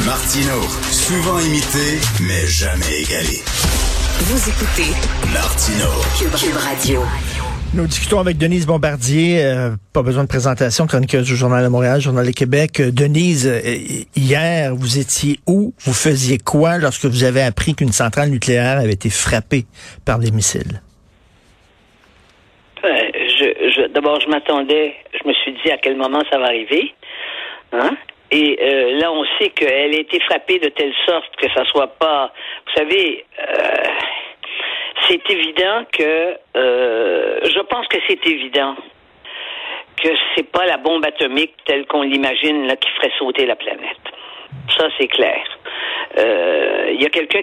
Martino, souvent imité, mais jamais égalé. Vous écoutez Martino, Cube Radio. Nous discutons avec Denise Bombardier, pas besoin de présentation, chroniqueuse du Journal de Montréal, Journal de Québec. Denise, hier, vous étiez où? Vous faisiez quoi lorsque vous avez appris qu'une centrale nucléaire avait été frappée par des missiles? D'abord, je me suis dit à quel moment ça va arriver. Hein? Et là, on sait qu'elle a été frappée de telle sorte que ça soit pas... Vous savez, c'est évident que... je pense que c'est évident que c'est pas la bombe atomique telle qu'on l'imagine là, qui ferait sauter la planète. Ça, c'est clair. Il y a quelqu'un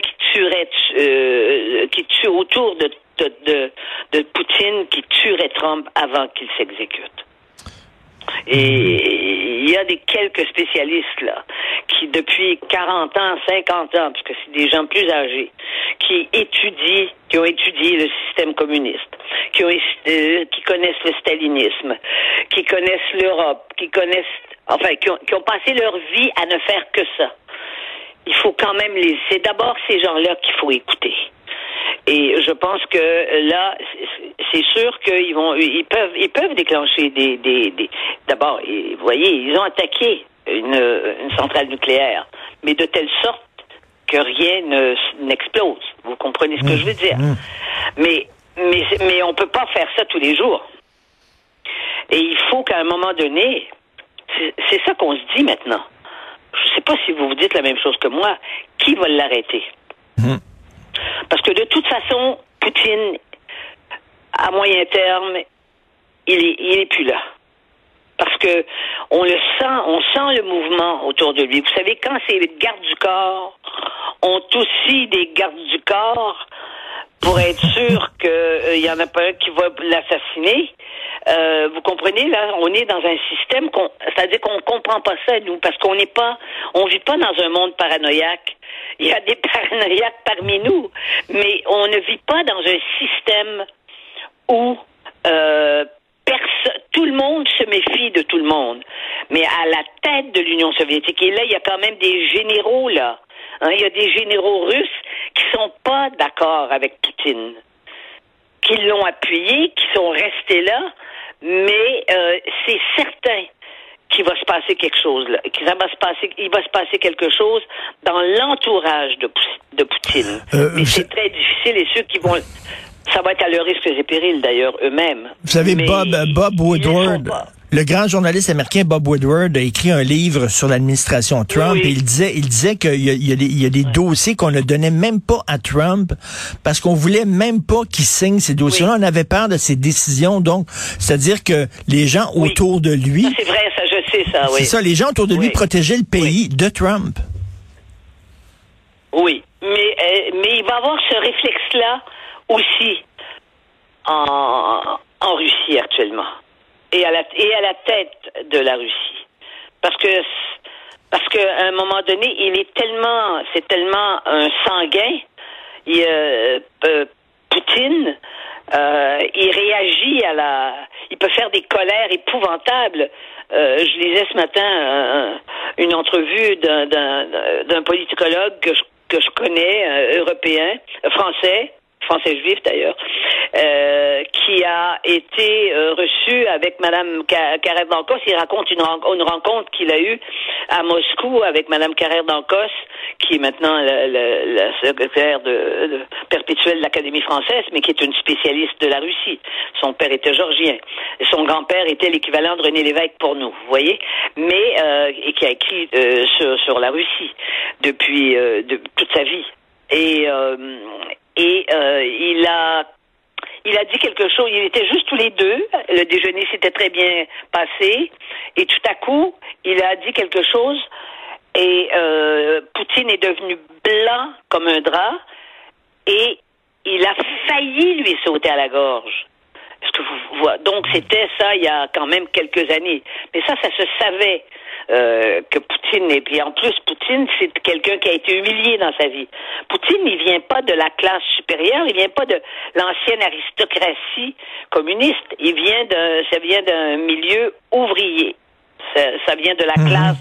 qui tue autour de Poutine, qui tuerait Trump avant qu'il s'exécute. Et il y a quelques spécialistes là qui depuis 40 ans, 50 ans, parce que c'est des gens plus âgés, qui ont étudié le système communiste, qui connaissent le stalinisme, qui connaissent l'Europe, qui ont passé leur vie à ne faire que ça. Il faut quand même c'est d'abord ces gens-là qu'il faut écouter. Et je pense que là, c'est sûr qu'ils peuvent déclencher d'abord, vous voyez, ils ont attaqué une centrale nucléaire, mais de telle sorte que rien n'explose. Vous comprenez ce que je veux dire? Mais on peut pas faire ça tous les jours. Et il faut qu'à un moment donné, c'est ça qu'on se dit maintenant. Je sais pas si vous vous dites la même chose que moi. Qui va l'arrêter? Parce que de toute façon, Poutine, à moyen terme, il est plus là. Parce que on sent le mouvement autour de lui. Vous savez, quand ces gardes du corps ont aussi des gardes du corps pour être sûr qu'il y en a pas un qui va l'assassiner, vous comprenez, là, on est dans un système c'est-à-dire qu'on comprend pas ça, nous, parce on vit pas dans un monde paranoïaque. Il y a des paranoïaques parmi nous, mais on ne vit pas dans un système où tout le monde se méfie de tout le monde. Mais à la tête de l'Union soviétique, et là, il y a quand même des généraux, là. Hein, il y a des généraux russes qui sont pas d'accord avec Poutine, qui l'ont appuyé, qui sont restés là, mais c'est certain qu'il va se passer quelque chose là, il va se passer quelque chose dans l'entourage de Poutine. Mais c'est très difficile et ceux qui vont, ça va être à leur risque et péril d'ailleurs eux-mêmes. Vous savez, Bob Woodward, le grand journaliste américain Bob Woodward a écrit un livre sur l'administration Trump, et il disait qu'il y a des dossiers qu'on ne donnait même pas à Trump parce qu'on voulait même pas qu'il signe ces dossiers-là. On avait peur de ses décisions, donc c'est-à-dire que les gens autour de lui... Ça, c'est vrai, ça, je sais ça, oui. C'est ça, les gens autour de lui protégeaient le pays de Trump. Oui, mais il va avoir ce réflexe-là aussi en Russie actuellement. Et à la tête de la Russie. Parce que à un moment donné, c'est tellement un sanguin. Poutine, il réagit il peut faire des colères épouvantables. Je lisais ce matin une entrevue d'un politicologue que je connais, européen, français juif d'ailleurs, qui a été reçu avec Madame Karère-Dankos. Il raconte une rencontre qu'il a eue à Moscou avec Madame Karère-Dankos, qui est maintenant la secrétaire perpétuelle de l'Académie française, mais qui est une spécialiste de la Russie. Son père était georgien. Son grand-père était l'équivalent de René Lévesque pour nous, vous voyez, mais et qui a écrit sur la Russie depuis toute sa vie. Et il a dit quelque chose, ils étaient juste tous les deux, le déjeuner s'était très bien passé, et tout à coup, il a dit quelque chose, et Poutine est devenu blanc comme un drap, et il a failli lui sauter à la gorge. Est-ce que vous voyez? Donc c'était ça il y a quand même quelques années. Mais ça se savait que Poutine, et puis en plus Poutine, c'est quelqu'un qui a été humilié dans sa vie. Poutine, il vient pas de la classe supérieure, il vient pas de l'ancienne aristocratie communiste, ça vient d'un milieu ouvrier. Ça vient de la classe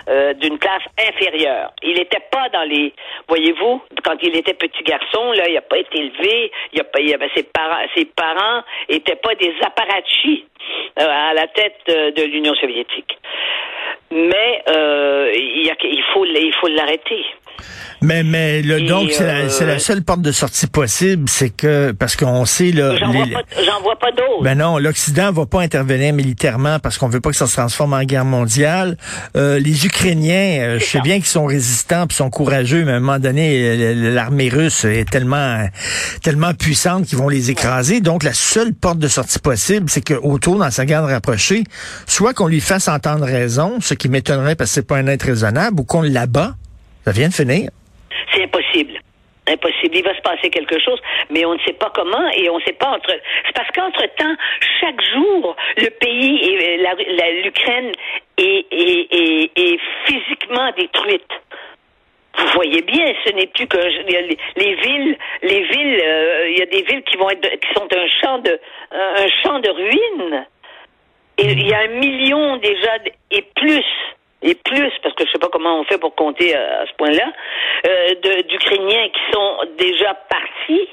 d'une classe inférieure. Il n'était pas dans les... Voyez-vous, quand il était petit garçon, là, il n'a pas été élevé, ses parents étaient pas des apparatchis à la tête de l'Union soviétique. Mais il faut l'arrêter. Mais donc c'est la seule porte de sortie possible, c'est que parce qu'on sait là. J'en vois pas d'autres. Ben non, l'Occident va pas intervenir militairement parce qu'on veut pas que ça se transforme en guerre mondiale. Les Ukrainiens, je sais bien qu'ils sont résistants, puis sont courageux, mais à un moment donné, l'armée russe est tellement puissante qu'ils vont les écraser. Donc la seule porte de sortie possible, c'est que autour dans sa garde rapprochée, soit qu'on lui fasse entendre raison, ce qui m'étonnerait parce que c'est pas un être raisonnable, ou qu'on l'abat. Ça vient de finir. C'est impossible. Impossible. Il va se passer quelque chose, mais on ne sait pas comment et on ne sait pas c'est parce qu'entre-temps, chaque jour, le pays et l'Ukraine est physiquement détruite. Vous voyez bien, ce n'est plus que les villes, il y a des villes qui sont un champ de ruines. Et il y a 1 million déjà et plus, parce que je sais pas comment on fait pour compter à ce point-là, d'Ukrainiens qui sont déjà partis.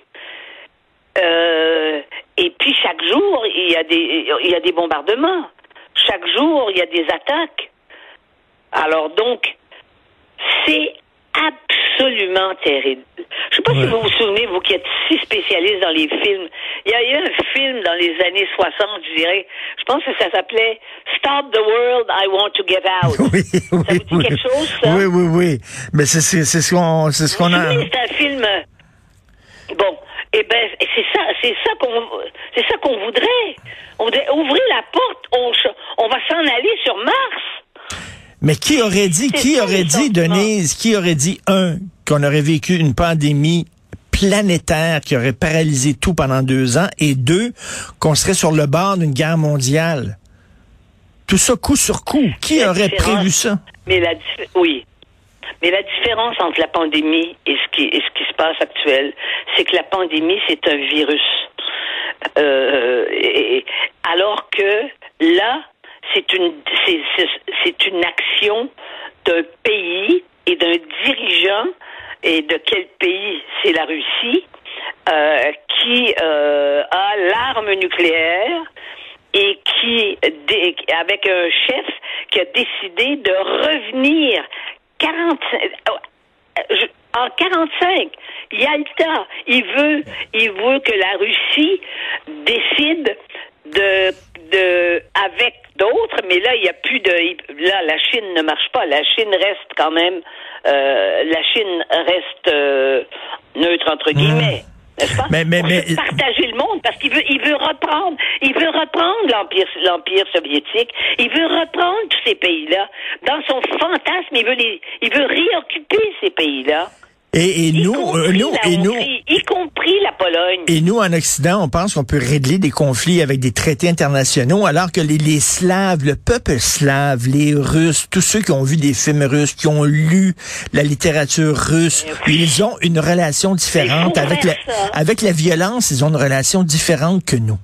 Et puis chaque jour, il y a des bombardements. Chaque jour, il y a des attaques. Alors donc, c'est absolument terrible. Je sais pas si vous vous souvenez, vous qui êtes si spécialiste dans les films. Il y a eu un film dans les années 60, je dirais. Je pense que ça s'appelait Stop the World, I Want to Get Out. Oui, ça vous dit quelque chose, ça? Oui. Mais c'est ce qu'on a. C'est un film. Bon, eh ben, c'est ça qu'on voudrait. On voudrait ouvrir la porte. On va s'en aller sur Mars. Mais qui aurait dit, Denise, qu'on aurait vécu une pandémie planétaire qui aurait paralysé tout pendant 2 ans, et 2, qu'on serait sur le bord d'une guerre mondiale? Tout ça coup sur coup. Qui aurait prévu ça? Mais la différence entre la pandémie et ce qui se passe actuel, c'est que la pandémie, c'est un virus. Alors que là, c'est une action d'un pays et d'un dirigeant, et de quel pays? C'est la Russie, qui a l'arme nucléaire et avec un chef qui a décidé de revenir en 45, Yalta. Il veut que la Russie décide avec d'autres, mais là, il y a plus là, la Chine ne marche pas. La Chine reste quand même, neutre, entre guillemets. N'est-ce pas? Mais partager le monde, parce qu'il veut reprendre l'Empire soviétique. Il veut reprendre tous ces pays-là. Dans son fantasme, il veut réoccuper ces pays-là. Et nous, y compris la Pologne. Et nous, en Occident, on pense qu'on peut régler des conflits avec des traités internationaux, alors que les Slaves, le peuple slave, les Russes, tous ceux qui ont vu des films russes, qui ont lu la littérature russe, ils ont une relation différente avec la violence. Ils ont une relation différente que nous.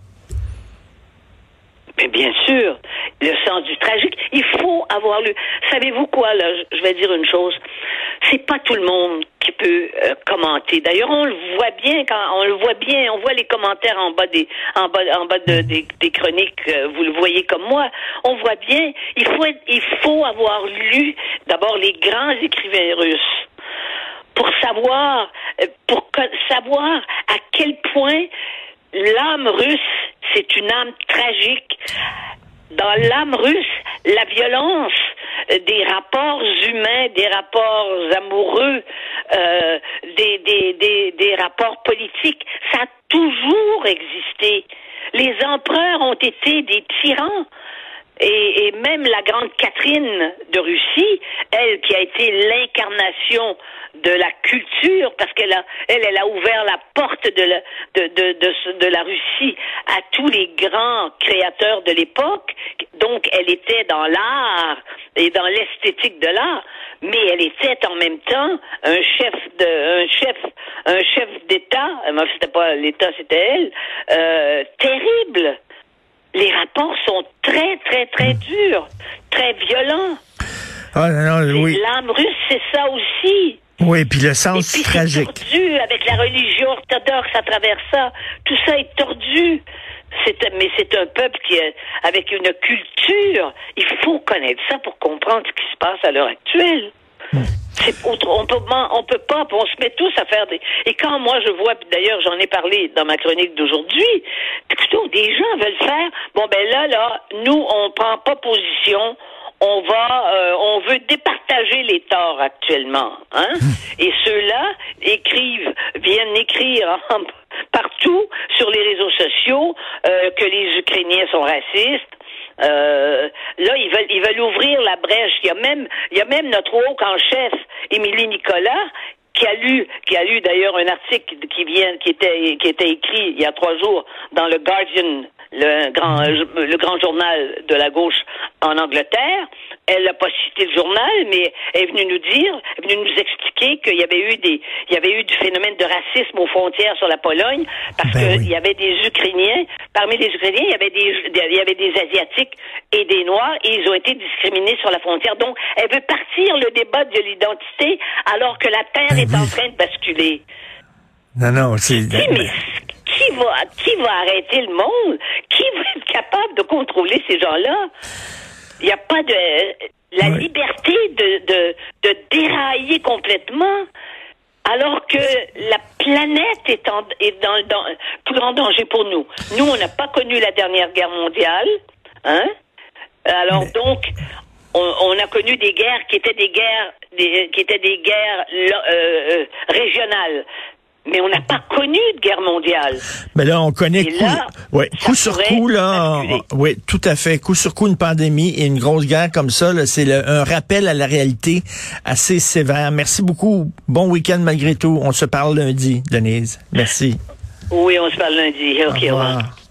Mais bien sûr, le sens du tragique. Il faut avoir lu. Savez-vous quoi, là? Je vais dire une chose. C'est pas tout le monde qui peut commenter. D'ailleurs, on le voit bien on voit les commentaires en bas des chroniques. Vous le voyez comme moi. On voit bien. Il faut avoir lu d'abord les grands écrivains russes pour savoir à quel point l'âme russe, c'est une âme tragique. Dans l'âme russe, la violence, des rapports humains, des rapports amoureux, des rapports politiques, ça a toujours existé. Les empereurs ont été des tyrans. Et même la grande Catherine de Russie, elle qui a été l'incarnation de la culture, parce qu'elle a ouvert la porte de la Russie à tous les grands créateurs de l'époque. Donc elle était dans l'art et dans l'esthétique de l'art, mais elle était en même temps un chef d'État. C'était pas l'État, c'était elle. Terrible. Les rapports sont très, très, très durs, très violents. Ah, non, oui. L'âme russe, c'est ça aussi. Oui, puis le sens et puis tragique. C'est tordu avec la religion orthodoxe à travers ça. Tout ça est tordu. Mais c'est un peuple qui est avec une culture. Il faut connaître ça pour comprendre ce qui se passe à l'heure actuelle. On peut pas, on se met tous à faire des... Et quand moi je vois, d'ailleurs j'en ai parlé dans ma chronique d'aujourd'hui, écoutez, des gens veulent faire, là, nous on prend pas position, on veut départager les torts actuellement, hein? Et ceux-là viennent écrire partout sur les réseaux sociaux que les Ukrainiens sont racistes. Là, ils veulent ouvrir la brèche. Il y a même notre woke en chef, Émilie Nicolas, qui a lu d'ailleurs un article qui était écrit il y a 3 jours dans le Guardian, le grand journal de la gauche en Angleterre. Elle n'a pas cité le journal, mais elle est venue nous expliquer qu'il y avait eu du phénomène de racisme aux frontières sur la Pologne, parce qu'il y avait des Ukrainiens, parmi les Ukrainiens, il y avait des Asiatiques et des Noirs, et ils ont été discriminés sur la frontière. Donc, elle veut partir le débat de l'identité, alors que la Terre est en train de basculer. Non, c'est... Mais qui va arrêter le monde? Qui va être capable de contrôler ces gens-là? Il n'y a pas la liberté de dérailler complètement, alors que la planète est dans plus grand danger pour nous. Nous, on n'a pas connu la dernière guerre mondiale, hein? Alors donc, on a connu des guerres qui étaient des guerres régionales. Mais on n'a pas connu de guerre mondiale. Mais là, on connaît coup sur coup, là. Oui, tout à fait. Coup sur coup, une pandémie et une grosse guerre comme ça, là, c'est un rappel à la réalité assez sévère. Merci beaucoup. Bon week-end malgré tout. On se parle lundi, Denise. Merci. Oui, on se parle lundi. OK, au revoir.